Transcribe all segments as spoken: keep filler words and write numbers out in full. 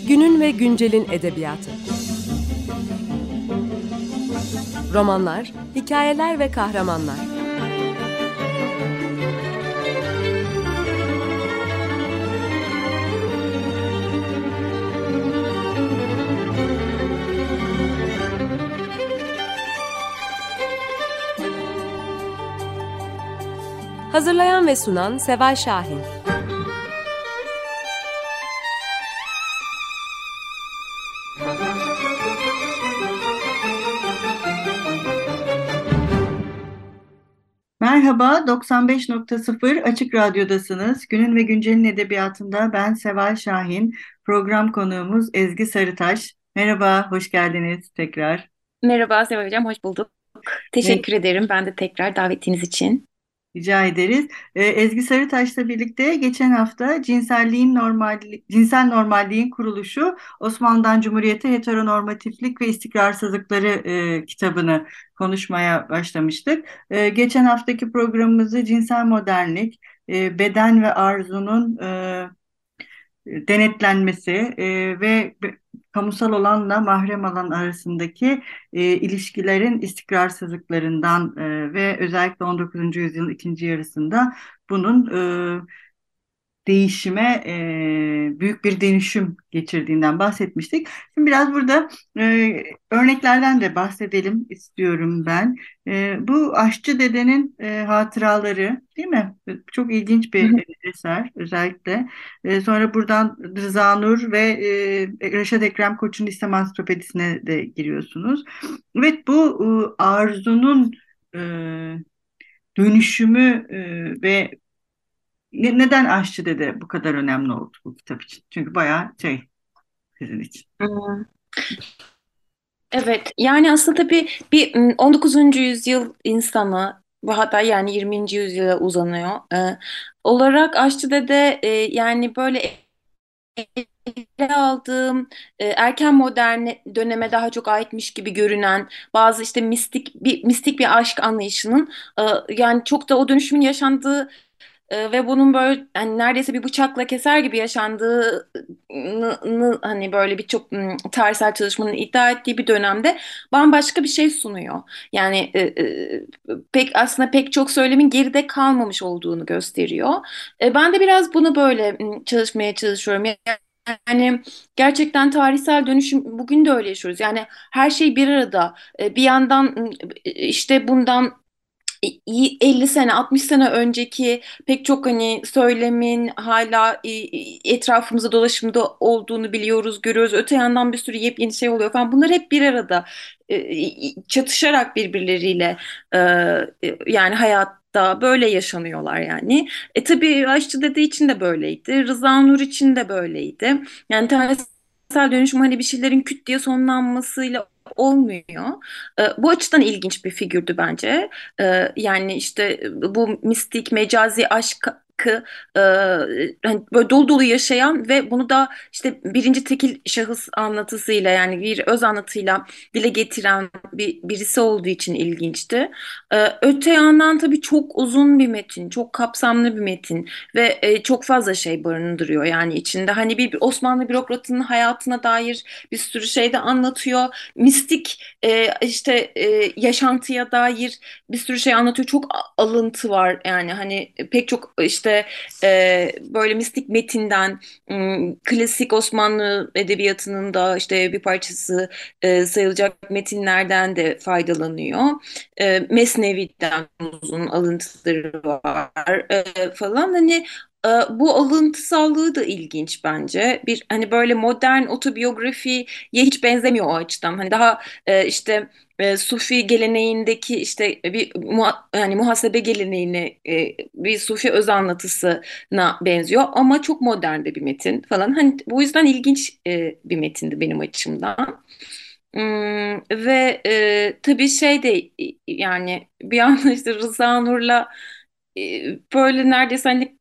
Günün ve güncelin edebiyatı. Romanlar, hikayeler ve kahramanlar. Hazırlayan ve sunan Seval Şahin. Merhaba, doksan beş nokta sıfır Açık Radyo'dasınız. Günün ve Güncel'in edebiyatında ben Seval Şahin. Program konuğumuz Ezgi Sarıtaş. Merhaba, hoş geldiniz tekrar. Merhaba Seval Hocam, hoş bulduk. Ve Teşekkür ederim ben de tekrar davetiniz için. rica ederiz. Ee, Ezgi Sarıtaş'la birlikte geçen hafta Cinselliğin Normal, Cinsel Normalliğin Kuruluşu, Osmanlı'dan Cumhuriyete Heteronormatiflik ve İstikrarsızlıkları e, kitabını konuşmaya başlamıştık. E, geçen haftaki programımızı cinsel modernlik, e, beden ve arzunun e, denetlenmesi e, ve be- kamusal alanla mahrem alan arasındaki e, ilişkilerin istikrarsızlıklarından e, ve özellikle on dokuzuncu yüzyılın ikinci yarısında bunun e, değişime e, büyük bir dönüşüm geçirdiğinden bahsetmiştik. Şimdi biraz burada e, örneklerden de bahsedelim istiyorum ben. E, bu Aşçı Dede'nin e, hatıraları, değil mi? Çok ilginç Hı bir hı. eser özellikle. E, sonra buradan Rıza Nur ve e, Reşat Ekrem Koç'un İslam Ansiklopedisine de giriyorsunuz. Evet, bu e, arzunun e, dönüşümü e, ve ne- neden Aşçı Dede bu kadar önemli oldu bu kitap için? Çünkü bayağı şey sizin için. Hmm. Evet, yani aslında tabii bir mm, on dokuzuncu yüzyıl insanı ve hatta yani yirminci yüzyıla uzanıyor. Ee, olarak Aşçı'da e, yani böyle ele aldığım e, erken modern döneme daha çok aitmiş gibi görünen bazı işte mistik bir mistik bir aşk anlayışının e, yani çok da o dönüşümün yaşandığı Ee, ve bunun böyle hani neredeyse bir bıçakla keser gibi yaşandığını hani böyle birçok ım, tarihsel çalışmanın iddia ettiği bir dönemde bambaşka bir şey sunuyor. Yani e, e, pek aslında pek çok söylemin geride kalmamış olduğunu gösteriyor. E, ben de biraz bunu böyle ım, çalışmaya çalışıyorum. Yani gerçekten tarihsel dönüşüm bugün de öyle yaşıyoruz. Yani her şey bir arada. E, Bir yandan ım, işte bundan İyi- elli sene altmış sene önceki pek çok hani söylemin hala e, e, etrafımızda dolaşımda olduğunu biliyoruz, görüyoruz. Öte yandan bir sürü yepyeni şey oluyor falan. Bunlar hep bir arada e, e, çatışarak birbirleriyle e, e, yani hayatta böyle yaşanıyorlar yani. E tabii Aşçı Dede için de böyleydi. Rıza Nur için de böyleydi. Yani tarihsel dönüşüm hani bir şeylerin küt diye sonlanmasıyla olmuyor. E, bu açıdan ilginç bir figürdü bence. Ee, yani işte bu mistik mecazi aşkı e, hani böyle dolu dolu yaşayan ve bunu da işte birinci tekil şahıs anlatısıyla yani bir öz anlatıyla dile getiren bir birisi olduğu için ilginçti. Ee, öte yandan tabii çok uzun bir metin, çok kapsamlı bir metin ve e, çok fazla şey barındırıyor yani içinde. Hani bir, bir Osmanlı bürokratının hayatına dair bir sürü şey de anlatıyor. Mistik e, işte e, yaşantıya dair bir sürü şey anlatıyor. Çok alıntı var yani hani pek çok işte e, böyle mistik metinden m, klasik Osmanlı edebiyatının da işte bir parçası e, sayılacak metinlerden de faydalanıyor. E, Mesnevi'den uzun alıntıları var e, falan hani e, bu alıntısallığı da ilginç bence. Bir hani böyle modern otobiyografiye hiç benzemiyor o açıdan. Hani daha e, işte e, Sufi geleneğindeki işte bir muha- yani muhasebe geleneğine e, bir Sufi öz anlatısına benziyor ama çok modern de bir metin falan. Hani bu yüzden ilginç e, bir metindi benim açımdan. Hmm, ve e, tabii şey de e, yani bir anda işte Rıza Nur'la e, böyle neredeyse hani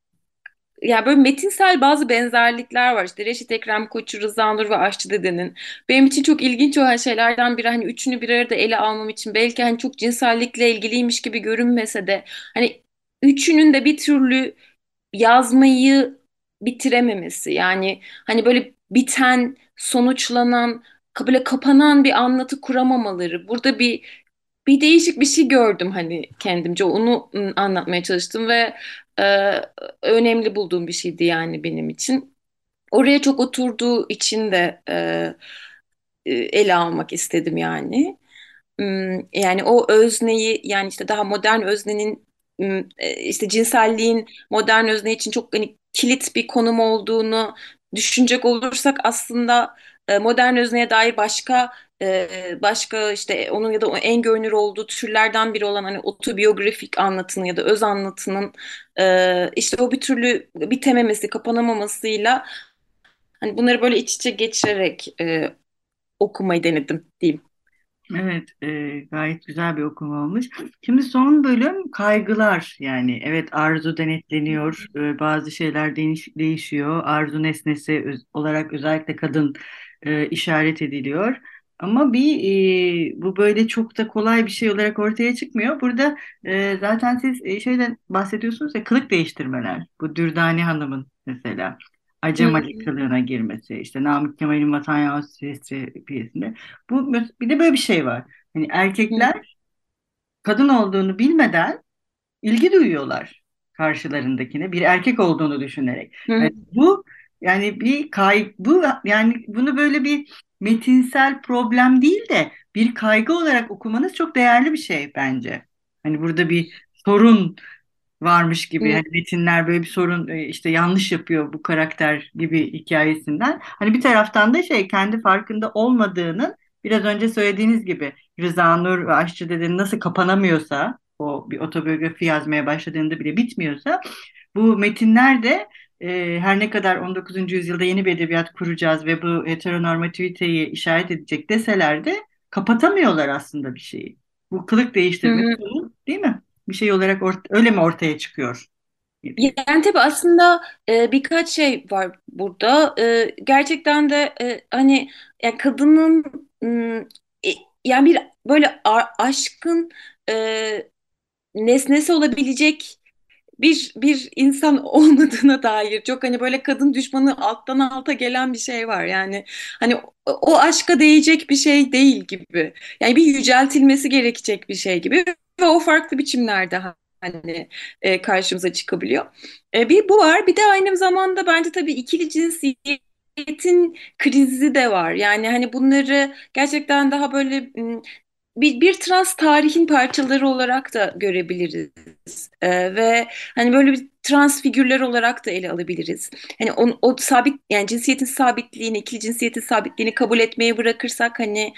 ya böyle metinsel bazı benzerlikler var. İşte Reşit Ekrem Koçu, Rıza Nur ve Aşçı Dede'nin. Benim için çok ilginç olan şeylerden biri hani üçünü bir arada ele almam için belki hani çok cinsellikle ilgiliymiş gibi görünmese de hani üçünün de bir türlü yazmayı bitirememesi. Yani hani böyle biten, sonuçlanan, böyle kapanan bir anlatı kuramamaları. Burada bir bir değişik bir şey gördüm hani kendimce. Onu ım, anlatmaya çalıştım ve e, önemli bulduğum bir şeydi yani benim için. Oraya çok oturduğu için de e, e, ele almak istedim yani. Hmm, Yani o özneyi, yani işte daha modern öznenin, hmm, e, işte cinselliğin modern özne için çok hani kilit bir konum olduğunu düşünecek olursak, aslında e, modern özneye dair başka e, başka işte onun ya da o en görünür olduğu türlerden biri olan hani otobiyografik anlatının ya da öz anlatının e, işte o bir türlü bitememesi, kapanamamasıyla hani bunları böyle iç içe geçirerek e, okumayı denedim diyeyim. Evet, e, gayet güzel bir okuma olmuş. Şimdi son bölüm kaygılar, yani evet, arzu denetleniyor, e, bazı şeyler değiş- değişiyor, arzu nesnesi öz- olarak özellikle kadın e, işaret ediliyor. Ama bir e, bu böyle çok da kolay bir şey olarak ortaya çıkmıyor. Burada e, zaten siz e, şeyden bahsediyorsunuz ya, kılık değiştirmeler. Bu Dürdane Hanım'ın mesela Hı Acem Ali hı. kılığına girmesi, işte Namık Kemal'in Vatan Yavrusu piyesinde. Bu bir de böyle bir şey var. Hani Hı erkekler kadın olduğunu bilmeden ilgi duyuyorlar karşılarındakine, bir erkek olduğunu düşünerek. Yani hı. bu, yani bir kay bu yani bunu böyle bir metinsel problem değil de bir kaygı olarak okumanız çok değerli bir şey bence. Hani burada bir sorun varmış gibi, Hı hani metinler böyle bir sorun, e, işte yanlış yapıyor bu karakter gibi hikayesinden. Hani bir taraftan da şey, kendi farkında olmadığının, biraz önce söylediğiniz gibi Rıza Nur ve Aşçı Dede'nin nasıl kapanamıyorsa, o bir otobiyografi yazmaya başladığında bile bitmiyorsa, bu metinler de e, her ne kadar on dokuzuncu yüzyılda yeni bir edebiyat kuracağız ve bu heteronormativiteyi işaret edecek deseler de kapatamıyorlar aslında bir şeyi. Bu kılık değiştirme hı. sorun değil mi? Bir şey olarak ort- öyle mi ortaya çıkıyor? Gibi. Yani tabii aslında e, birkaç şey var burada. E, gerçekten de e, hani yani kadının m, e, yani bir böyle a- aşkın e, nesnesi olabilecek bir bir insan olmadığına dair çok hani böyle kadın düşmanı alttan alta gelen bir şey var. Yani hani o, o aşka değecek bir şey değil gibi. Yani bir yüceltilmesi gerekecek bir şey gibi ve o farklı biçimlerde hani e, karşımıza çıkabiliyor. E, bir bu var. Bir de aynı zamanda bence tabii ikili cinsiyetin krizi de var. Yani hani bunları gerçekten daha böyle m, bir, bir trans tarihin parçaları olarak da görebiliriz. Ee, ve hani böyle bir trans figürler olarak da ele alabiliriz. Hani o, o sabit, yani cinsiyetin sabitliğini, ikili cinsiyetin sabitliğini kabul etmeye bırakırsak hani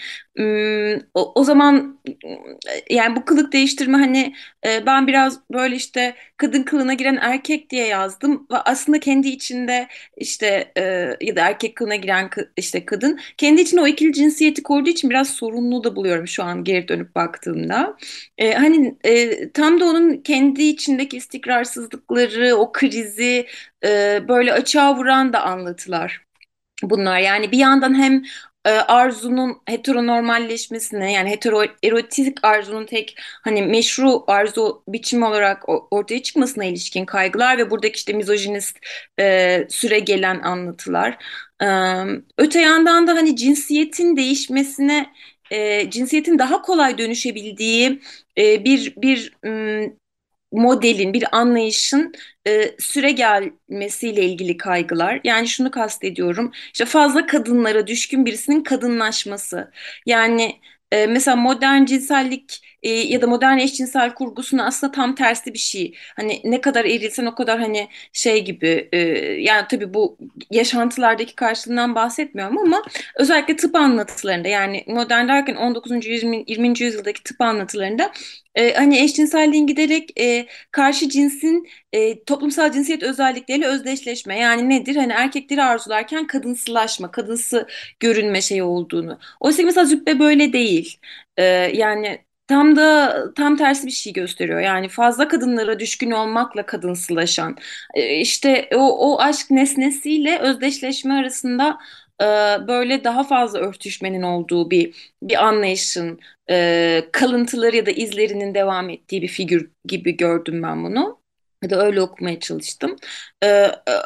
ım, o, o zaman ım, yani bu kılık değiştirme hani e, ben biraz böyle işte kadın kılığına giren erkek diye yazdım ve aslında kendi içinde işte e, ya da erkek kılığına giren kı- işte kadın kendi içinde o ikili cinsiyeti koyduğu için biraz sorunlu da buluyorum şu an geri dönüp baktığımda. E, hani e, tam da onun kendi içindeki istikrarsızlıkları, o krizi e, böyle açığa vuran da anlatılar bunlar. Yani bir yandan hem e, arzunun heteronormalleşmesine, yani heteroerotik arzunun tek hani meşru arzu biçimi olarak o- ortaya çıkmasına ilişkin kaygılar ve buradaki işte mizojinist e, süre gelen anlatılar. E, Öte yandan da hani cinsiyetin değişmesine, e, cinsiyetin daha kolay dönüşebildiği e, bir bir m, modelin, bir anlayışın e, süre gelmesiyle ilgili kaygılar. Yani şunu kastediyorum. İşte fazla kadınlara düşkün birisinin kadınlaşması. Yani e, mesela modern cinsellik e, ya da modern eşcinsel kurgusuna aslında tam tersi bir şey. Hani ne kadar erilsen o kadar hani şey gibi, e, yani tabii bu yaşantılardaki karşılığından bahsetmiyorum ama özellikle tıp anlatılarında, yani modern derken on dokuzuncu yirminci yirminci yüzyıldaki tıp anlatılarında e, hani eşcinselliğin giderek e, karşı cinsin e, toplumsal cinsiyet özellikleriyle özdeşleşme. Yani nedir? Hani erkekleri arzularken kadınsılaşma, kadınsı görünme şeyi olduğunu. Oysa ki mesela Zübbe böyle değil. E, yani tam da tam tersi bir şey gösteriyor. Yani fazla kadınlara düşkün olmakla kadınsılaşan, e, işte o, o aşk nesnesiyle özdeşleşme arasında e, böyle daha fazla örtüşmenin olduğu bir bir anlayışın e, kalıntıları ya da izlerinin devam ettiği bir figür gibi gördüm ben bunu. Ya da öyle okumaya çalıştım. E, e,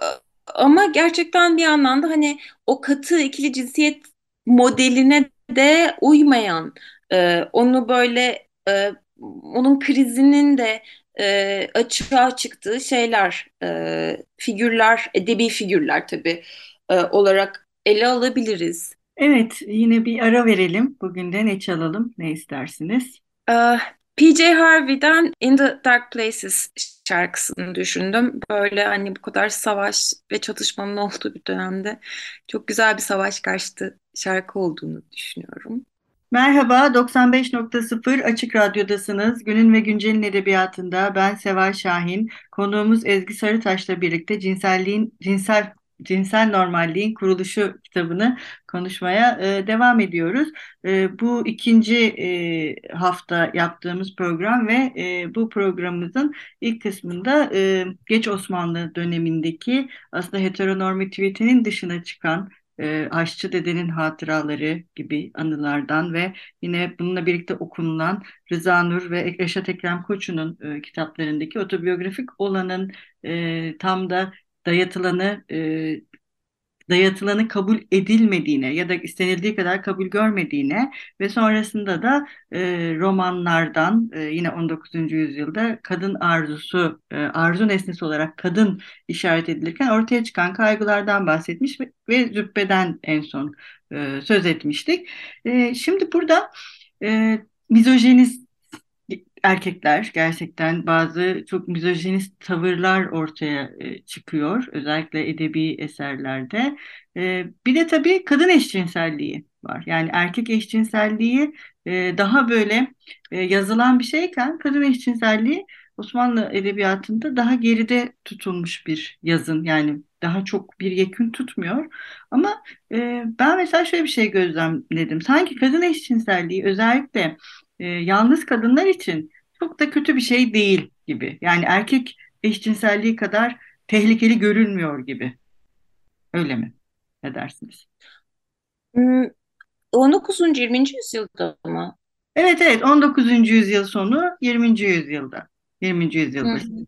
ama gerçekten bir yandan da hani o katı ikili cinsiyet modeline de uymayan, e, onu böyle e, onun krizinin de e, açığa çıktığı şeyler, e, figürler, edebi figürler tabii e, olarak ele alabiliriz. Evet, yine bir ara verelim. Bugün de ne çalalım, ne istersiniz? Ee, P J Harvey'den In the Dark Places şarkısını düşündüm. Böyle hani bu kadar savaş ve çatışmanın olduğu bir dönemde çok güzel bir savaş karşıtı şarkı olduğunu düşünüyorum. Merhaba, doksan beş nokta sıfır Açık Radyo'dasınız. Günün ve Güncel'in edebiyatında ben Seval Şahin. Konuğumuz Ezgi Sarıtaş'la birlikte cinselliğin cinsel cinsel normalliğin kuruluşu kitabını konuşmaya e, devam ediyoruz. E, bu ikinci e, hafta yaptığımız program ve e, bu programımızın ilk kısmında e, Geç Osmanlı dönemindeki aslında heteronormativitenin dışına çıkan e, Aşçı Dede'nin hatıraları gibi anılardan ve yine bununla birlikte okunulan Rıza Nur ve Reşat Ekrem Koçu'nun e, kitaplarındaki otobiyografik olanın e, tam da dayatılanı e, dayatılanı kabul edilmediğine ya da istenildiği kadar kabul görmediğine ve sonrasında da e, romanlardan e, yine on dokuzuncu yüzyılda kadın arzusu, e, arzu nesnesi olarak kadın işaret edilirken ortaya çıkan kaygılardan bahsetmiş ve, ve züppeden en son e, söz etmiştik. E, şimdi burada e, mizojeniz erkekler gerçekten bazı çok misojinist tavırlar ortaya e, çıkıyor. Özellikle edebi eserlerde. E, bir de tabii kadın eşcinselliği var. Yani erkek eşcinselliği e, daha böyle e, yazılan bir şeyken kadın eşcinselliği Osmanlı edebiyatında daha geride tutulmuş bir yazın. Yani daha çok bir yekün tutmuyor. Ama e, ben mesela şöyle bir şey gözlemledim. Sanki kadın eşcinselliği özellikle e, yalnız kadınlar için çok da kötü bir şey değil gibi. Yani erkek eşcinselliği kadar tehlikeli görünmüyor gibi. Öyle mi? Ne dersiniz? Hmm, on dokuzuncu. yirminci yüzyılda mı? Evet, evet, on dokuzuncu yüzyıl sonu yirminci yüzyılda. yirminci Hı yüzyılda. hı.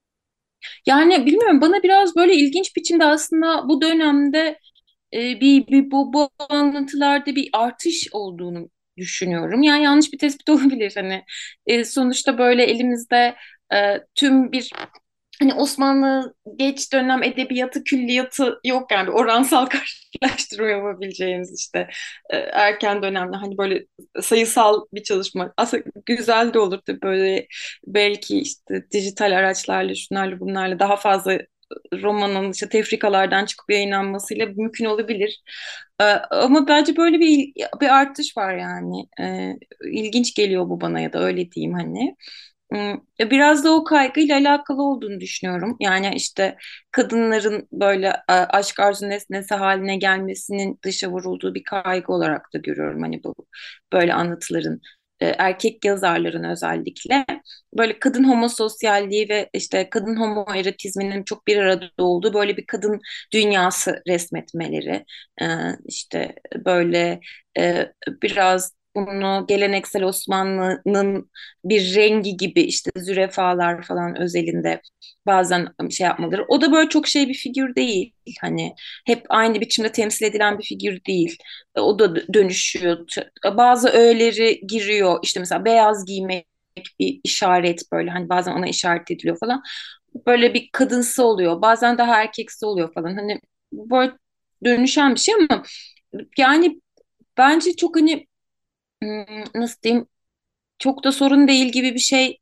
Yani bilmiyorum, bana biraz böyle ilginç biçimde aslında bu dönemde e, bir, bir bu, bu anlatılarda bir artış olduğunu düşünüyorum. Yani yanlış bir tespit olabilir. Hani e, sonuçta böyle elimizde e, tüm bir hani Osmanlı geç dönem edebiyatı külliyatı yok, yani bir oransal karşılaştırma yapabileceğimiz işte e, erken dönemde hani böyle sayısal bir çalışma aslında güzel de olur tabii, böyle belki işte dijital araçlarla şunlarla bunlarla daha fazla romanın işte tefrikalardan çıkıp yayınlanmasıyla mümkün olabilir. E, ama bence böyle bir bir artış var yani. E, ilginç geliyor bu bana, ya da öyle diyeyim hani. Hmm, Biraz da o kaygıyla alakalı olduğunu düşünüyorum. Yani işte kadınların böyle e, aşk arzu nesnesi haline gelmesinin dışa vurulduğu bir kaygı olarak da görüyorum. Hani bu böyle anlatıların, e, erkek yazarların özellikle böyle kadın homososyalliği ve işte kadın homoerotizminin çok bir arada olduğu böyle bir kadın dünyası resmetmeleri, e, işte böyle e, biraz bunu geleneksel Osmanlı'nın bir rengi gibi işte zürefalar falan özelinde bazen şey yapmaları. O da böyle çok şey bir figür değil. Hani hep aynı biçimde temsil edilen bir figür değil. E, O da dönüşüyor. Bazı öğeleri giriyor. İşte mesela beyaz giymek bir işaret, böyle hani bazen ona işaret ediliyor falan. Böyle bir kadınsı oluyor. Bazen daha erkeksi oluyor falan. Hani böyle dönüşen bir şey ama yani bence çok hani hmm, nasıl diyeyim, çok da sorun değil gibi bir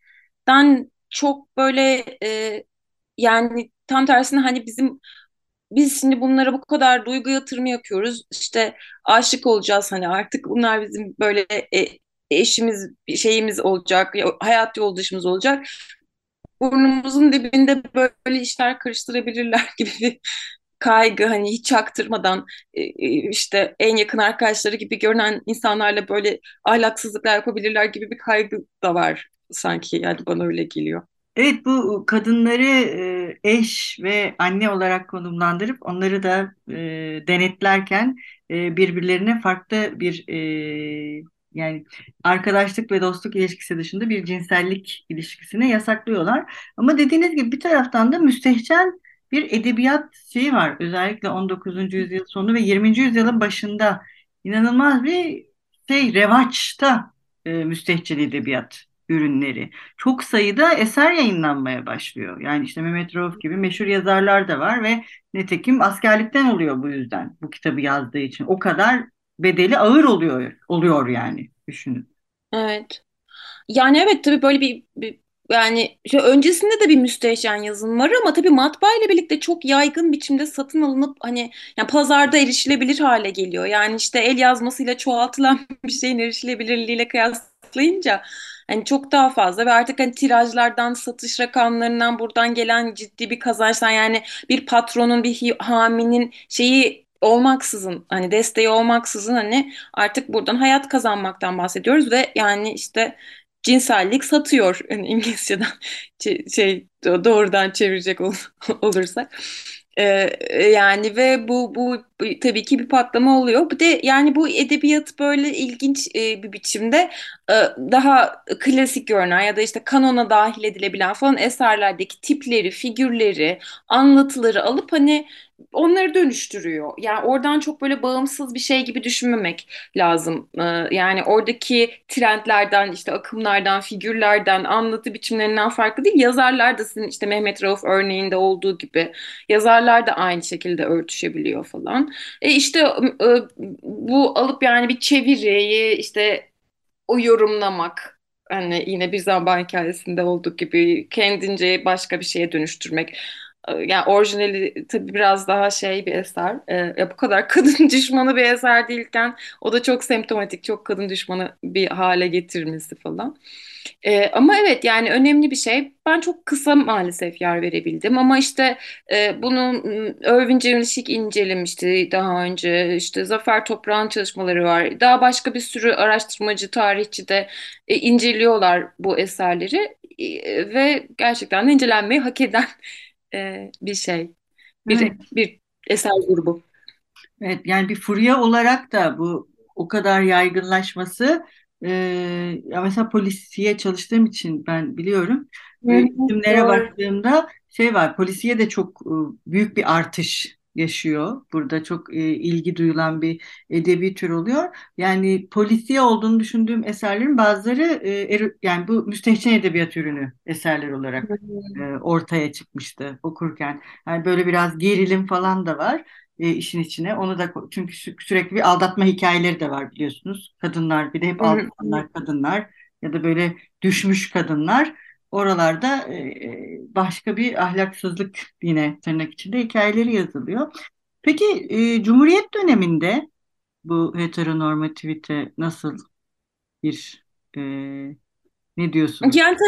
şeyden çok böyle e, yani tam tersine hani bizim biz şimdi bunlara bu kadar duygu yatırımı yapıyoruz. İşte aşık olacağız, hani artık bunlar bizim böyle e, eşimiz bir şeyimiz olacak, hayat yoldaşımız olacak. Burnumuzun dibinde böyle işler karıştırabilirler gibi bir kaygı, hani hiç çaktırmadan e, e, işte en yakın arkadaşları gibi görünen insanlarla böyle ahlaksızlıklar yapabilirler gibi bir kaygı da var sanki, yani bana öyle geliyor. Evet, bu kadınları e, eş ve anne olarak konumlandırıp onları da e, denetlerken e, birbirlerine farklı bir e, yani arkadaşlık ve dostluk ilişkisi dışında bir cinsellik ilişkisine yasaklıyorlar. Ama dediğiniz gibi bir taraftan da müstehcen bir edebiyat şeyi var. Özellikle on dokuzuncu yüzyıl sonu ve yirminci yüzyılın başında inanılmaz bir şey revaçta e, müstehcen edebiyat ürünleri. Çok sayıda eser yayınlanmaya başlıyor. Yani işte Mehmet Rauf gibi meşhur yazarlar da var ve nitekim askerlikten oluyor bu yüzden bu kitabı yazdığı için. O kadar bedeli ağır oluyor oluyor yani düşünün. Evet. Yani evet tabii böyle bir, bir- yani şey, öncesinde de bir müstehcen yazın var ama tabii matbaa ile birlikte çok yaygın biçimde satın alınıp hani yani pazarda erişilebilir hale geliyor. Yani işte el yazmasıyla çoğaltılan bir şeyin erişilebilirliğiyle kıyaslayınca hani çok daha fazla ve artık hani tirajlardan, satış rakamlarından buradan gelen ciddi bir kazançtan yani bir patronun, bir hi- haminin şeyi olmaksızın hani desteği olmaksızın hani artık buradan hayat kazanmaktan bahsediyoruz ve yani işte cinsellik satıyor yani İngilizceden çe- şey doğrudan çevirecek ol- olursak. Ee, yani ve bu, bu bu tabii ki bir patlama oluyor. Bir de yani bu edebiyat böyle ilginç e, bir biçimde e, daha klasik görünen ya da işte kanona dahil edilebilen falan eserlerdeki tipleri, figürleri, anlatıları alıp hani onları dönüştürüyor. Yani oradan çok böyle bağımsız bir şey gibi düşünmemek lazım. Ee, yani oradaki trendlerden, işte akımlardan, figürlerden, anlatı biçimlerinden farklı değil. Yazarlar da sizin işte Mehmet Rauf örneğinde olduğu gibi yazarlar da aynı şekilde örtüşebiliyor falan. E işte e, bu alıp yani bir çeviriyi işte o yorumlamak hani yine bir zaman hikayesinde olduğu gibi kendince başka bir şeye dönüştürmek. Ee, Yani orijinali tabii biraz daha şey bir eser. Ee, ya bu kadar kadın düşmanı bir eser değilken o da çok semptomatik, çok kadın düşmanı bir hale getirmesi falan. Ee, ama evet yani önemli bir şey. Ben çok kısa maalesef yer verebildim ama işte e, bunu m, Irvin Cemilişik incelemişti daha önce. İşte Zafer Toprağ'ın çalışmaları var. Daha başka bir sürü araştırmacı, tarihçi de e, inceliyorlar bu eserleri. E, ve gerçekten de incelenmeyi hak eden e, bir şey. Bir, Evet. bir eser grubu. Evet, yani bir furya olarak da bu o kadar yaygınlaşması e, ya mesela polisiye çalıştığım için ben biliyorum. Hı E, hı, isimlere doğru. baktığımda şey var, polisiye de çok e, büyük bir artış yaşıyor. Burada çok e, ilgi duyulan bir edebi tür oluyor. Yani polisiye olduğunu düşündüğüm eserlerin bazıları e, ero- yani bu müstehcen edebiyat ürünü eserler Hı olarak e, hı. ortaya çıkmıştı okurken. Yani böyle biraz gerilim falan da var e, işin içine. Onu da çünkü sü- sürekli bir aldatma hikayeleri de var biliyorsunuz. Kadınlar bir de hep Hı hı. aldatanlar kadınlar ya da böyle düşmüş kadınlar. Oralarda e, e, başka bir ahlaksızlık yine tırnak içinde hikayeleri yazılıyor. Peki e, Cumhuriyet döneminde bu heteronormativite nasıl bir e, ne diyorsunuz? Yani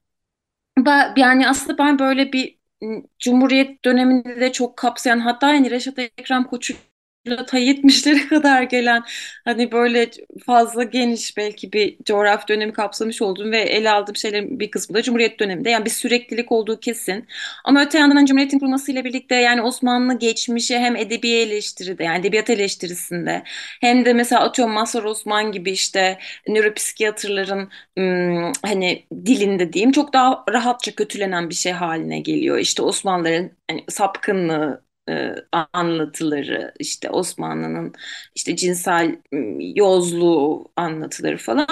Ben, yani aslında ben böyle bir m, Cumhuriyet döneminde de çok kapsayan hatta yani Reşat Ekrem Koçu'yla ta yetmişlere kadar gelen hani böyle fazla geniş belki bir coğrafi dönemi kapsamış olduğum ve ele aldığım şeylerin bir kısmı da Cumhuriyet döneminde yani bir süreklilik olduğu kesin. Ama öte yandan hani Cumhuriyet'in kurulmasıyla birlikte yani Osmanlı geçmişi hem edebi eleştiride yani edebiyat eleştirisinde hem de mesela atıyorum Mazhar Osman gibi işte nöropsikiyatrların ım, hani dilinde diyeyim çok daha rahatça kötülenen bir şey haline geliyor. İşte Osmanlıların hani sapkınlığı e, anlatıları, işte Osmanlı'nın işte cinsel ım, yozluğu anlatıları falan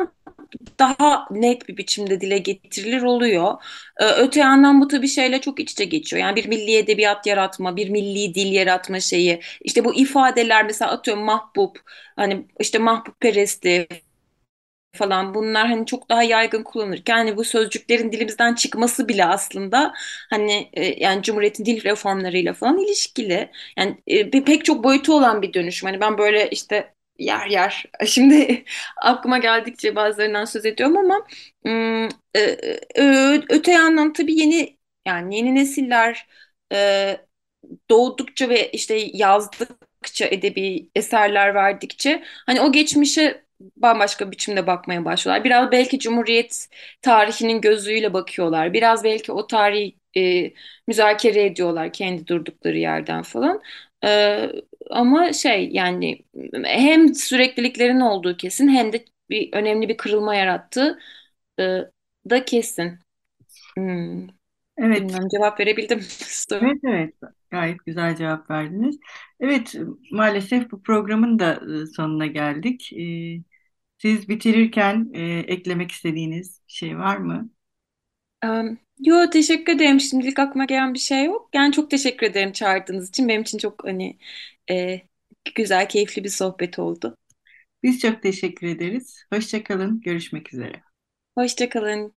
daha net bir biçimde dile getirilir oluyor. Ee, öte yandan bu tabii şeyle çok iç içe geçiyor. Yani bir milli edebiyat yaratma, bir milli dil yaratma şeyi. İşte bu ifadeler mesela atıyorum mahbub, hani işte mahbubperestliği falan bunlar hani çok daha yaygın kullanılırken hani bu sözcüklerin dilimizden çıkması bile aslında hani e, yani Cumhuriyet'in dil reformlarıyla falan ilişkili. Yani e, bir pek çok boyutu olan bir dönüşüm. Hani ben böyle işte yer yer şimdi aklıma geldikçe bazılarından söz ediyorum ama ım, e, e, öte yandan tabii yeni yani yeni nesiller e, doğdukça ve işte yazdıkça edebi eserler verdikçe hani o geçmişe bambaşka bir biçimde bakmaya başlıyorlar. Biraz belki Cumhuriyet tarihinin gözüyle bakıyorlar. Biraz belki o tarihi e, müzakere ediyorlar kendi durdukları yerden falan. E, ama şey yani hem sürekliliklerin olduğu kesin hem de bir önemli bir kırılma yarattığı e, da kesin. Hmm. Evet, Bilmem cevap verebildim. evet, evet. Gayet güzel cevap verdiniz. Evet, maalesef bu programın da e, sonuna geldik. E, Siz bitirirken e, eklemek istediğiniz bir şey var mı? Em, Yo, teşekkür ederim. Şimdilik aklıma gelen bir şey yok. Yani çok teşekkür ederim çağırdığınız için. Benim için çok hani e, güzel, keyifli bir sohbet oldu. Biz çok teşekkür ederiz. Hoşça kalın, görüşmek üzere. Hoşça kalın.